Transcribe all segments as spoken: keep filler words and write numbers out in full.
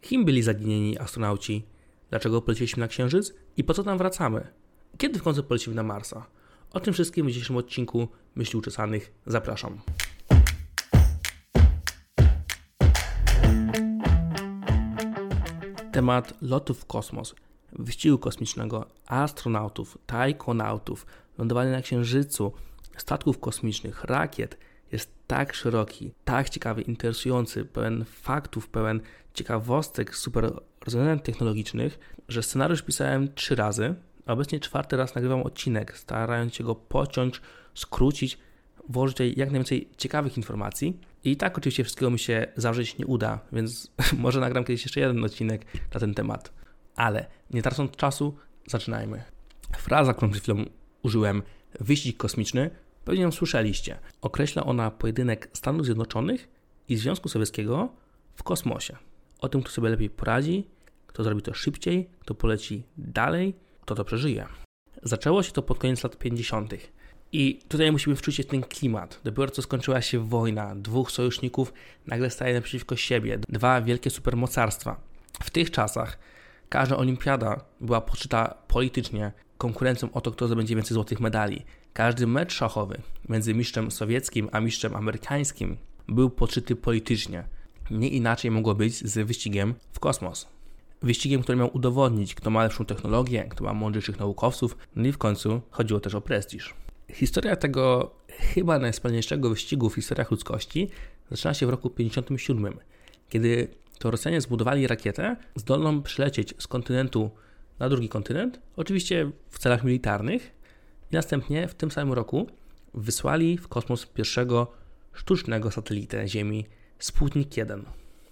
Kim byli zaginieni astronauci? Dlaczego poleciliśmy na Księżyc? I po co tam wracamy? Kiedy w końcu polecimy na Marsa? O tym wszystkim w dzisiejszym odcinku Myśli Uczesanych zapraszam. Temat lotów w kosmos, wyścigu kosmicznego, astronautów, tajkonautów, lądowania na Księżycu, statków kosmicznych, rakiet jest tak szeroki, tak ciekawy, interesujący, pełen faktów, pełen ciekawostek, super rozwiązań technologicznych, że scenariusz pisałem trzy razy, a obecnie czwarty raz nagrywam odcinek, starając się go pociąć, skrócić, włożyć tutaj jak najwięcej ciekawych informacji. I tak oczywiście wszystkiego mi się zawrzeć nie uda, więc może nagram kiedyś jeszcze jeden odcinek na ten temat. Ale nie tracąc czasu, zaczynajmy. Fraza, którą przed chwilą użyłem, wyścig kosmiczny, pewnie ją słyszeliście. Określa ona pojedynek Stanów Zjednoczonych i Związku Sowieckiego w kosmosie. O tym, kto sobie lepiej poradzi, kto zrobi to szybciej, kto poleci dalej, kto to przeżyje. Zaczęło się to pod koniec lat pięćdziesiątych. I tutaj musimy wczuć się w ten klimat. Dopiero co skończyła się wojna, dwóch sojuszników nagle staje naprzeciwko siebie, dwa wielkie supermocarstwa. W tych czasach każda olimpiada była poczyta politycznie konkurencją o to, kto zdobędzie więcej złotych medali. Każdy mecz szachowy między mistrzem sowieckim a mistrzem amerykańskim był poczyty politycznie. Nie inaczej mogło być z wyścigiem w kosmos. Wyścigiem, który miał udowodnić, kto ma lepszą technologię, kto ma mądrzejszych naukowców, no i w końcu chodziło też o prestiż. Historia tego chyba najwspanialszego wyścigu w historiach ludzkości zaczyna się w roku pięćdziesiątym siódmym, kiedy to Rosjanie zbudowali rakietę zdolną przylecieć z kontynentu na drugi kontynent, oczywiście w celach militarnych, i następnie w tym samym roku wysłali w kosmos pierwszego sztucznego satelitę Ziemi Sputnik jeden.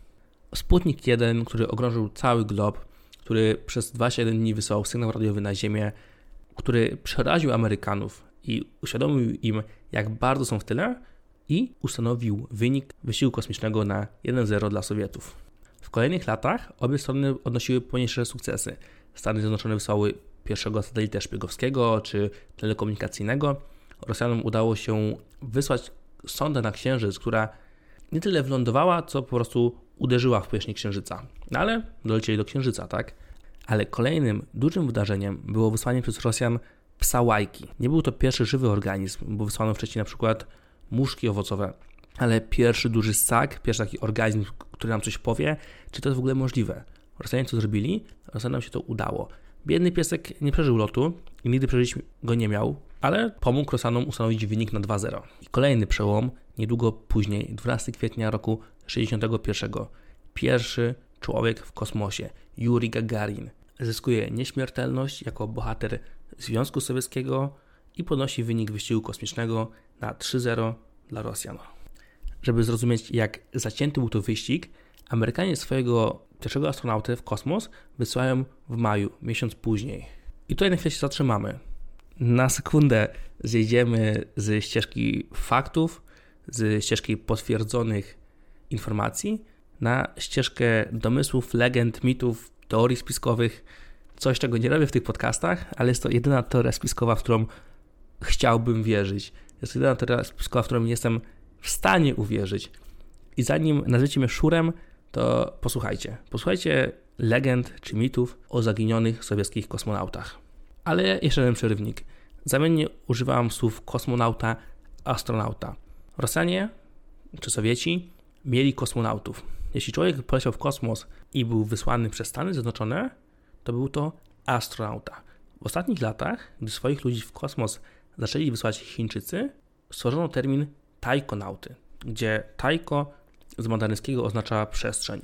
Sputnik jeden, który okrążył cały glob, który przez dwadzieścia jeden dni wysyłał sygnał radiowy na Ziemię, który przeraził Amerykanów i uświadomił im, jak bardzo są w tyle, i ustanowił wynik wyścigu kosmicznego na jeden zero dla Sowietów. W kolejnych latach obie strony odnosiły pomniejsze sukcesy. Stany Zjednoczone wysłały pierwszego satelitę szpiegowskiego czy telekomunikacyjnego. Rosjanom udało się wysłać sondę na Księżyc, która nie tyle wylądowała, co po prostu uderzyła w powierzchnię Księżyca. No ale dolecieli do Księżyca, tak? Ale kolejnym dużym wydarzeniem było wysłanie przez Rosjan psa łajki. Nie był to pierwszy żywy organizm, bo wysłano wcześniej na przykład muszki owocowe, ale pierwszy duży ssak, pierwszy taki organizm, który nam coś powie, czy to jest w ogóle możliwe. Rosjanie co zrobili? Rosjanom się to udało. Biedny piesek nie przeżył lotu i nigdy przeżyć go nie miał, ale pomógł Rosjanom ustanowić wynik na dwa zero. I kolejny przełom, niedługo później, dwunastego kwietnia roku sześćdziesiątego pierwszego. Pierwszy człowiek w kosmosie, Juri Gagarin, zyskuje nieśmiertelność jako bohater Związku Sowieckiego i podnosi wynik wyścigu kosmicznego na trzy zero dla Rosjan. Żeby zrozumieć, jak zacięty był to wyścig, Amerykanie swojego pierwszego astronautę w kosmos wysyłają w maju, miesiąc później. I tutaj na chwilę się zatrzymamy. Na sekundę zejdziemy ze ścieżki faktów, ze ścieżki potwierdzonych informacji na ścieżkę domysłów, legend, mitów, teorii spiskowych. Coś, czego nie robię w tych podcastach, ale jest to jedyna teoria spiskowa, w którą chciałbym wierzyć. Jest to jedyna teoria spiskowa, w którą jestem w stanie uwierzyć. I zanim nazwiecie mnie szurem, to posłuchajcie. Posłuchajcie legend czy mitów o zaginionych sowieckich kosmonautach. Ale jeszcze jeden przerywnik. Zamiennie używam słów kosmonauta, astronauta. Rosjanie czy Sowieci mieli kosmonautów. Jeśli człowiek poleciał w kosmos i był wysłany przez Stany Zjednoczone, to był to astronauta. W ostatnich latach, gdy swoich ludzi w kosmos zaczęli wysłać Chińczycy, stworzono termin tajkonauty, gdzie tajko z mandaryńskiego oznacza przestrzeń.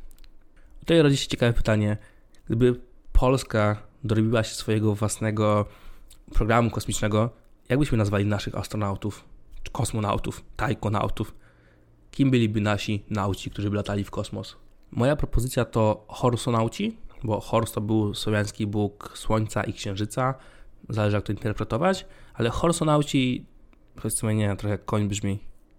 Tutaj rodzi się ciekawe pytanie, gdyby Polska dorobiła się swojego własnego programu kosmicznego, jak byśmy nazwali naszych astronautów, czy kosmonautów, tajkonautów? Kim byliby nasi nauci, którzy by latali w kosmos? Moja propozycja to horsonauci, bo Horus to był słowiański bóg słońca i księżyca, zależy jak to interpretować, ale horsonauci, powiedzmy nie, trochę jak koń brzmi.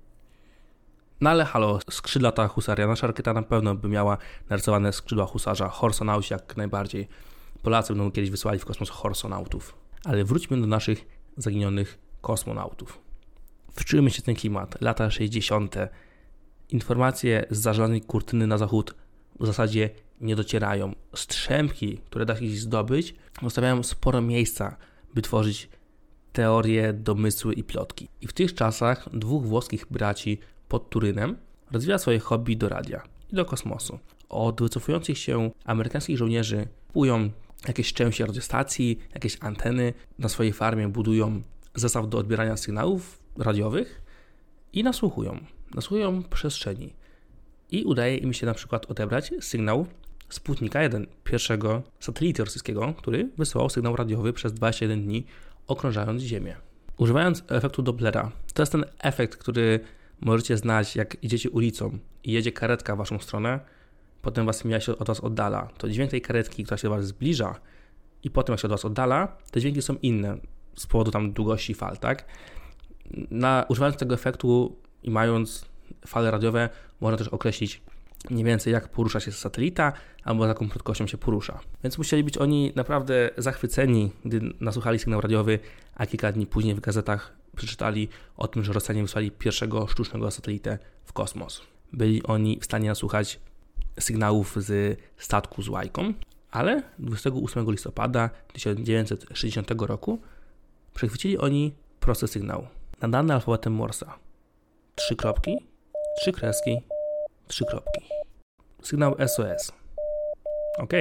No ale halo, skrzydlata husaria, nasza rakieta na pewno by miała narysowane skrzydła husarza, horsonauci jak najbardziej. Polacy będą kiedyś wysyłali w kosmos horsonautów. Ale wróćmy do naszych zaginionych kosmonautów. Wczujmy się w ten klimat, lata sześćdziesiąte. Informacje z zażalanej kurtyny na zachód w zasadzie nie docierają. Strzępki, które da się zdobyć, zostawiają sporo miejsca, by tworzyć teorie, domysły i plotki. I w tych czasach dwóch włoskich braci pod Turynem rozwija swoje hobby do radia i do kosmosu. Od wycofujących się amerykańskich żołnierzy kupują jakieś części radiostacji, jakieś anteny, na swojej farmie budują zestaw do odbierania sygnałów radiowych i nasłuchują. Nasłuchują przestrzeni. I udaje im się na przykład odebrać sygnał Sputnika jeden, pierwszego satelity rosyjskiego, który wysyłał sygnał radiowy przez dwadzieścia jeden dni, okrążając Ziemię. Używając efektu Dopplera, to jest ten efekt, który możecie znać, jak idziecie ulicą i jedzie karetka w waszą stronę, potem was mija się od was oddala. To dźwięk tej karetki, która się do was zbliża i potem jak się od was oddala, te dźwięki są inne z powodu tam długości fal, tak? Na, używając tego efektu i mając fale radiowe, można też określić mniej więcej jak porusza się satelita albo z jaką prędkością się porusza. Więc musieli być oni naprawdę zachwyceni, gdy nasłuchali sygnał radiowy, a kilka dni później w gazetach przeczytali o tym, że Rosjanie wysłali pierwszego sztucznego satelitę w kosmos. Byli oni w stanie nasłuchać sygnałów z statku z łajką, ale dwudziestego ósmego listopada tysiąc dziewięćset sześćdziesiątego roku przechwycili oni prosty sygnał, nadany alfabetem Morsa. Trzy kropki, trzy kreski, trzy kropki. Sygnał S O S. Ok.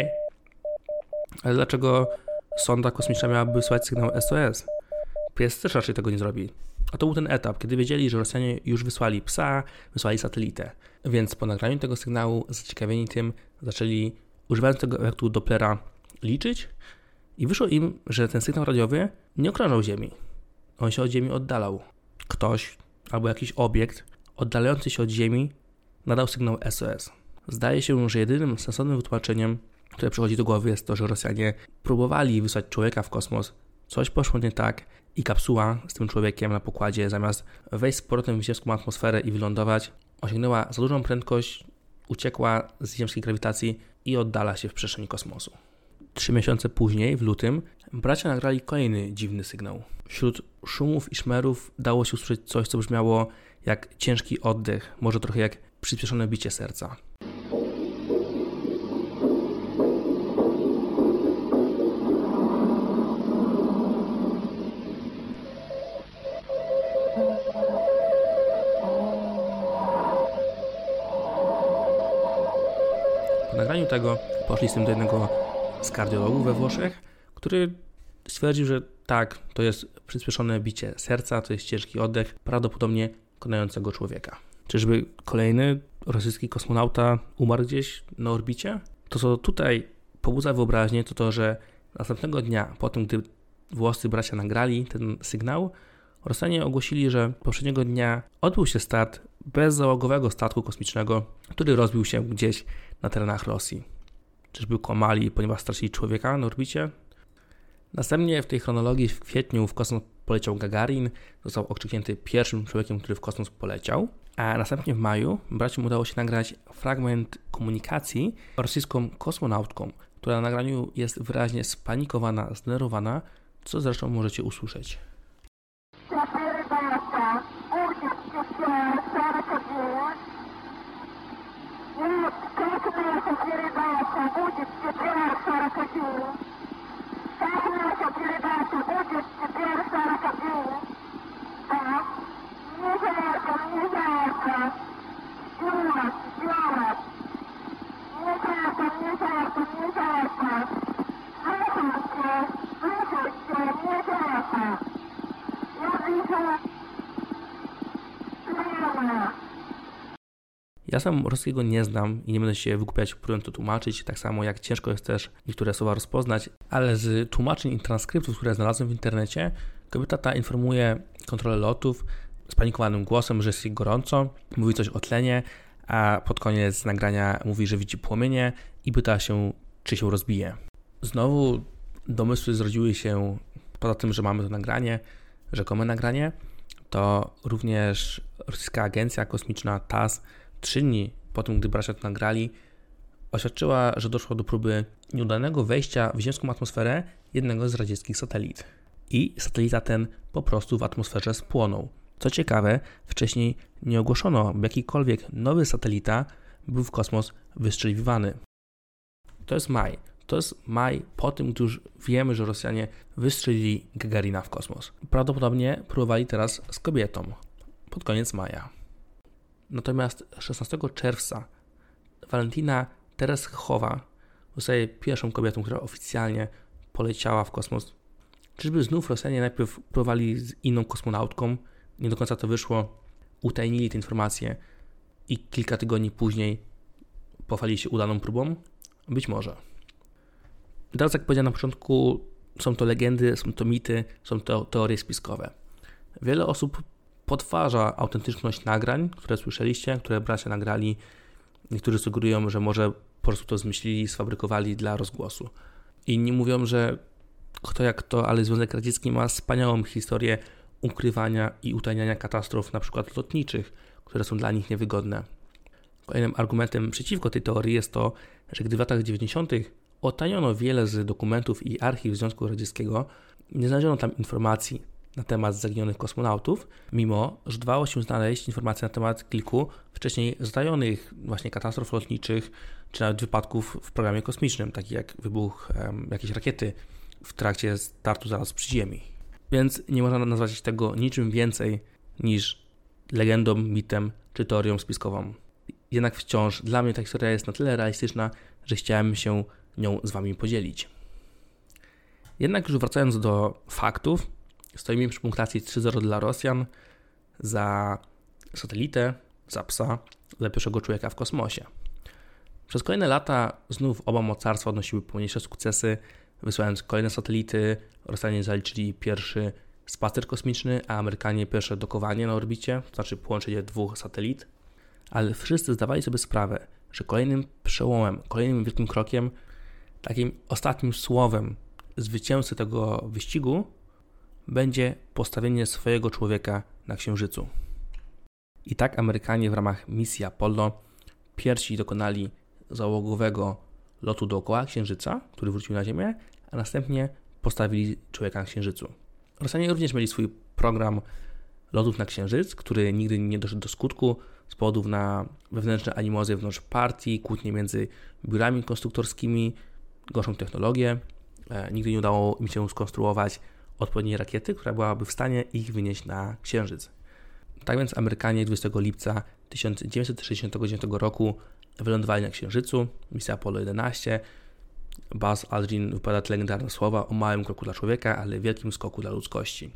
Ale dlaczego sonda kosmiczna miałaby wysłać sygnał S O S? Pies też raczej tego nie zrobi. A to był ten etap, kiedy wiedzieli, że Rosjanie już wysłali psa, wysłali satelitę. Więc po nagraniu tego sygnału, zaciekawieni tym, zaczęli, używając tego efektu Dopplera, liczyć i wyszło im, że ten sygnał radiowy nie okrążał Ziemi. On się od Ziemi oddalał. Ktoś albo jakiś obiekt oddalający się od Ziemi nadał sygnał S O S. Zdaje się, że jedynym sensownym wytłumaczeniem, które przychodzi do głowy, jest to, że Rosjanie próbowali wysłać człowieka w kosmos, coś poszło nie tak i kapsuła z tym człowiekiem na pokładzie, zamiast wejść z powrotem w ziemską atmosferę i wylądować, osiągnęła za dużą prędkość, uciekła z ziemskiej grawitacji i oddala się w przestrzeni kosmosu. Trzy miesiące później, w lutym, bracia nagrali kolejny dziwny sygnał. Wśród szumów i szmerów dało się usłyszeć coś, co brzmiało jak ciężki oddech, może trochę jak przyspieszone bicie serca. Po nagraniu tego poszli z tym do jednego z kardiologów we Włoszech, który stwierdził, że tak, to jest przyspieszone bicie serca, to jest ciężki oddech, prawdopodobnie konającego człowieka. Czyżby kolejny rosyjski kosmonauta umarł gdzieś na orbicie? To, co tutaj pobudza wyobraźnię, to to, że następnego dnia, po tym, gdy włoscy bracia nagrali ten sygnał, Rosjanie ogłosili, że poprzedniego dnia odbył się start bezzałogowego statku kosmicznego, który rozbił się gdzieś na terenach Rosji. Czyżby kłamali, ponieważ stracili człowieka na orbicie? Następnie w tej chronologii w kwietniu w kosmos poleciał Gagarin, został okrzyknięty pierwszym człowiekiem, który w kosmos poleciał, a następnie w maju braciom udało się nagrać fragment komunikacji z rosyjską kosmonautką, która na nagraniu jest wyraźnie spanikowana, zdenerwowana, co zresztą możecie usłyszeć. Ja sam rosyjskiego nie znam i nie będę się wygłupiać, próbując to tłumaczyć, tak samo jak ciężko jest też niektóre słowa rozpoznać, ale z tłumaczeń i transkryptów, które znalazłem w internecie, kobieta ta informuje kontrolę lotów spanikowanym głosem, że jest jej gorąco, mówi coś o tlenie, a pod koniec nagrania mówi, że widzi płomienie i pyta się, czy się rozbije. Znowu domysły zrodziły się, poza tym, że mamy to nagranie, rzekome nagranie, to również rosyjska agencja kosmiczna T A S S trzy dni po tym, gdy bracia to nagrali, oświadczyła, że doszło do próby nieudanego wejścia w ziemską atmosferę jednego z radzieckich satelit. I satelita ten po prostu w atmosferze spłonął. Co ciekawe, wcześniej nie ogłoszono, by jakikolwiek nowy satelita był w kosmos wystrzeliwany. To jest maj. To jest maj po tym, gdy już wiemy, że Rosjanie wystrzelili Gagarina w kosmos. Prawdopodobnie próbowali teraz z kobietą pod koniec maja. Natomiast szesnastego czerwca Valentina Tereshchowa zostaje pierwszą kobietą, która oficjalnie poleciała w kosmos. Czyżby znów Rosjanie najpierw próbowali z inną kosmonautką, nie do końca to wyszło, utajnili te informacje i kilka tygodni później pochwalili się udaną próbą? Być może. Teraz, jak powiedziałem na początku, są to legendy, są to mity, są to teorie spiskowe. Wiele osób podważa autentyczność nagrań, które słyszeliście, które bracia nagrali. Niektórzy sugerują, że może po prostu to zmyślili, sfabrykowali dla rozgłosu. Inni mówią, że kto jak to, ale Związek Radziecki ma wspaniałą historię ukrywania i utajniania katastrof, na przykład lotniczych, które są dla nich niewygodne. Kolejnym argumentem przeciwko tej teorii jest to, że gdy w latach dziewięćdziesiątych otajniono wiele z dokumentów i archiw Związku Radzieckiego, nie znaleziono tam informacji na temat zaginionych kosmonautów, mimo że dało się znaleźć informacje na temat kilku wcześniej zatajonych właśnie katastrof lotniczych, czy nawet wypadków w programie kosmicznym, takich jak wybuch um, jakiejś rakiety w trakcie startu zaraz przy Ziemi. Więc nie można nazwać tego niczym więcej niż legendą, mitem czy teorią spiskową. Jednak wciąż dla mnie ta historia jest na tyle realistyczna, że chciałem się nią z Wami podzielić. Jednak już wracając do faktów, stoimy przy punktacji trzy zero dla Rosjan za satelitę, za psa, za pierwszego człowieka w kosmosie. Przez kolejne lata znów oba mocarstwa odnosiły pomniejsze sukcesy, wysyłając kolejne satelity. Rosjanie zaliczyli pierwszy spacer kosmiczny, a Amerykanie pierwsze dokowanie na orbicie, to znaczy połączenie dwóch satelit. Ale wszyscy zdawali sobie sprawę, że kolejnym przełomem, kolejnym wielkim krokiem, takim ostatnim słowem zwycięzcy tego wyścigu będzie postawienie swojego człowieka na Księżycu. I tak Amerykanie w ramach misji Apollo pierwsi dokonali załogowego lotu dookoła Księżyca, który wrócił na Ziemię, a następnie postawili człowieka na Księżycu. Rosjanie również mieli swój program lotów na Księżyc, który nigdy nie doszedł do skutku z powodów na wewnętrzne animozje wewnątrz partii, kłótnie między biurami konstruktorskimi, gorszą technologię. E, nigdy nie udało im się skonstruować odpowiedniej rakiety, która byłaby w stanie ich wynieść na Księżyc. Tak więc Amerykanie dwudziestego lipca tysiąc dziewięćset sześćdziesiątego dziewiątego roku wylądowali na Księżycu, misja Apollo jedenaście. Buzz Aldrin wypowiada legendarne słowa o małym kroku dla człowieka, ale wielkim skoku dla ludzkości.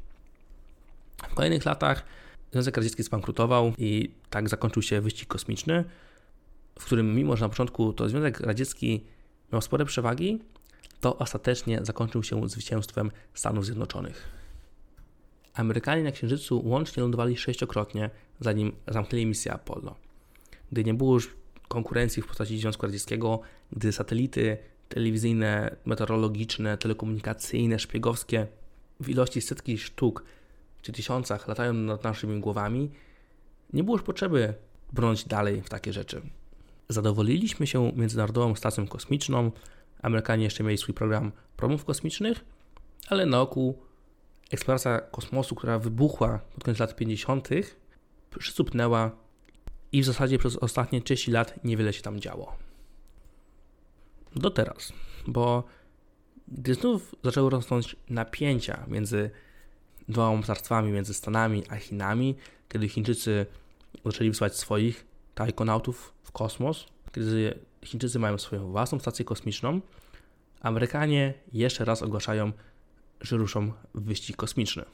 W kolejnych latach Związek Radziecki zbankrutował i tak zakończył się wyścig kosmiczny, w którym mimo, że na początku to Związek Radziecki miał spore przewagi, to ostatecznie zakończył się zwycięstwem Stanów Zjednoczonych. Amerykanie na Księżycu łącznie lądowali sześciokrotnie, zanim zamknęli misję Apollo. Gdy nie było już konkurencji w postaci Związku Radzieckiego, gdy satelity telewizyjne, meteorologiczne, telekomunikacyjne, szpiegowskie w ilości setki sztuk czy tysiącach latają nad naszymi głowami, nie było już potrzeby brnąć dalej w takie rzeczy. Zadowoliliśmy się Międzynarodową Stacją Kosmiczną, Amerykanie jeszcze mieli swój program promów kosmicznych, ale na oku eksploracja kosmosu, która wybuchła pod koniec lat pięćdziesiątych, przysupnęła i w zasadzie przez ostatnie trzydzieści lat niewiele się tam działo. Do teraz, bo gdy znów zaczęły rosnąć napięcia między dwoma mocarstwami, między Stanami a Chinami, kiedy Chińczycy zaczęli wysyłać swoich taikonautów w kosmos, kiedy Chińczycy mają swoją własną stację kosmiczną, Amerykanie jeszcze raz ogłaszają, że ruszą w wyścig kosmiczny.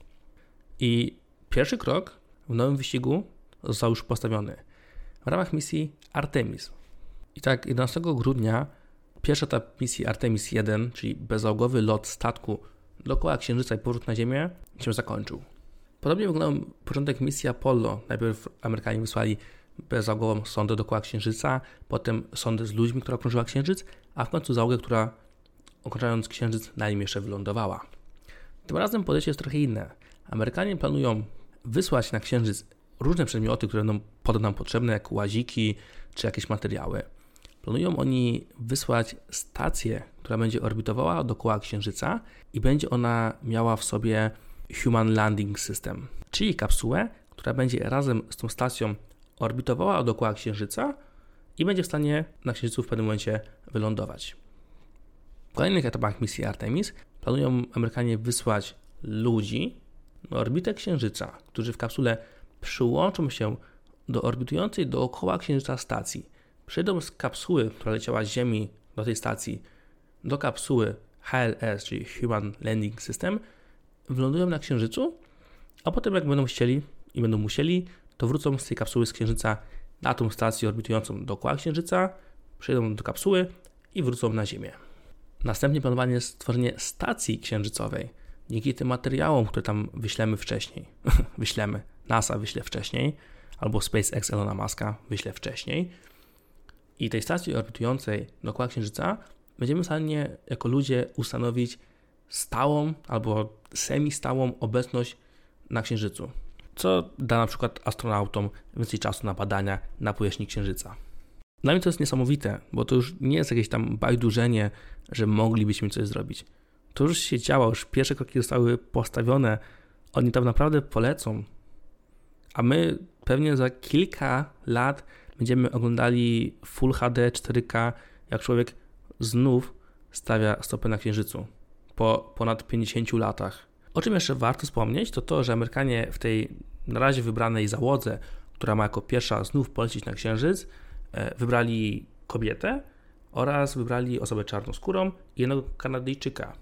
I pierwszy krok w nowym wyścigu został już postawiony w ramach misji Artemis. I tak jedenastego grudnia pierwszy etap misji Artemis jeden, czyli bezzałogowy lot statku dookoła Księżyca i powrót na Ziemię, się zakończył. Podobnie wyglądał początek misji Apollo. Najpierw Amerykanie wysłali bezzałogową sondę dookoła Księżyca, potem sondę z ludźmi, która okrążyła Księżyc, a w końcu załogę, która okrążając Księżyc na nim jeszcze wylądowała. Tym razem podejście jest trochę inne. Amerykanie planują wysłać na Księżyc różne przedmioty, które będą potem nam potrzebne, jak łaziki czy jakieś materiały. Planują oni wysłać stację, która będzie orbitowała dookoła Księżyca i będzie ona miała w sobie Human Landing System, czyli kapsułę, która będzie razem z tą stacją orbitowała dookoła Księżyca i będzie w stanie na Księżycu w pewnym momencie wylądować. W kolejnych etapach misji Artemis planują Amerykanie wysłać ludzi na orbitę Księżyca, którzy w kapsule przyłączą się do orbitującej dookoła Księżyca stacji. Przejdą z kapsuły, która leciała z Ziemi do tej stacji, do kapsuły H L S, czyli Human Landing System, wylądują na Księżycu, a potem jak będą chcieli i będą musieli, to wrócą z tej kapsuły z Księżyca na tą stację orbitującą dookoła Księżyca, przejdą do kapsuły i wrócą na Ziemię. Następnie planowane jest stworzenie stacji księżycowej. Dzięki tym materiałom, które tam wyślemy wcześniej, wyślemy, NASA wyśle wcześniej, albo SpaceX Elona Muska wyśle wcześniej. I tej stacji orbitującej dookoła Księżyca będziemy w stanie jako ludzie ustanowić stałą albo semi-stałą obecność na Księżycu, co da na przykład astronautom więcej czasu na badania na powierzchni Księżyca. Dla mnie to jest niesamowite, bo to już nie jest jakieś tam bajdurzenie, że moglibyśmy coś zrobić. To już się działo, już pierwsze kroki zostały postawione, oni tam naprawdę polecą. A my pewnie za kilka lat będziemy oglądali Full H D cztery K, jak człowiek znów stawia stopę na Księżycu po ponad pięćdziesięciu latach. O czym jeszcze warto wspomnieć, to to, że Amerykanie w tej na razie wybranej załodze, która ma jako pierwsza znów polecieć na Księżyc, wybrali kobietę oraz wybrali osobę czarnoskórą i jednego Kanadyjczyka.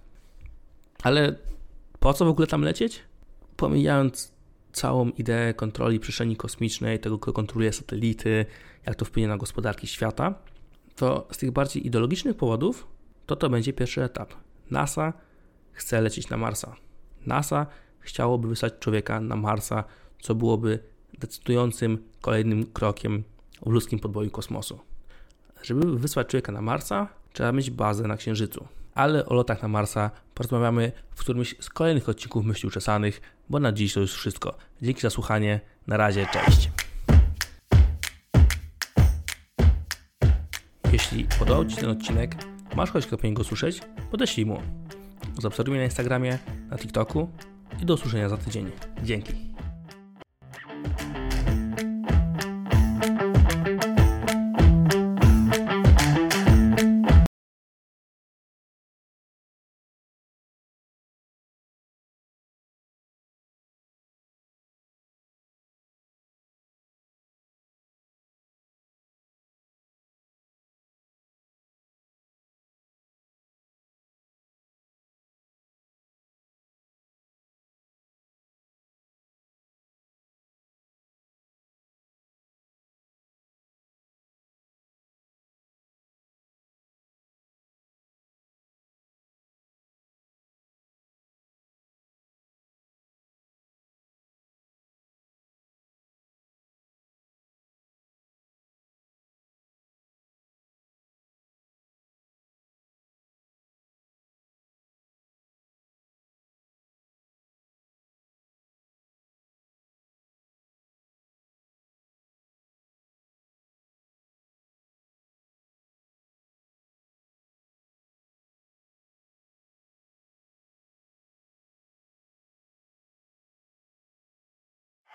Ale po co w ogóle tam lecieć? Pomijając całą ideę kontroli przestrzeni kosmicznej, tego, kto kontroluje satelity, jak to wpłynie na gospodarki świata, to z tych bardziej ideologicznych powodów to to będzie pierwszy etap. NASA chce lecieć na Marsa. NASA chciałoby wysłać człowieka na Marsa, co byłoby decydującym kolejnym krokiem w ludzkim podboju kosmosu. Żeby wysłać człowieka na Marsa, trzeba mieć bazę na Księżycu. Ale o lotach na Marsa porozmawiamy w którymś z kolejnych odcinków Myśli Uczesanych, bo na dziś to już wszystko. Dzięki za słuchanie. Na razie, cześć. Jeśli podobał Ci ten odcinek, masz kogoś, kto powinien go słyszeć, podeślij mu. Zaobserwuj mnie na Instagramie, na TikToku i do usłyszenia za tydzień. Dzięki.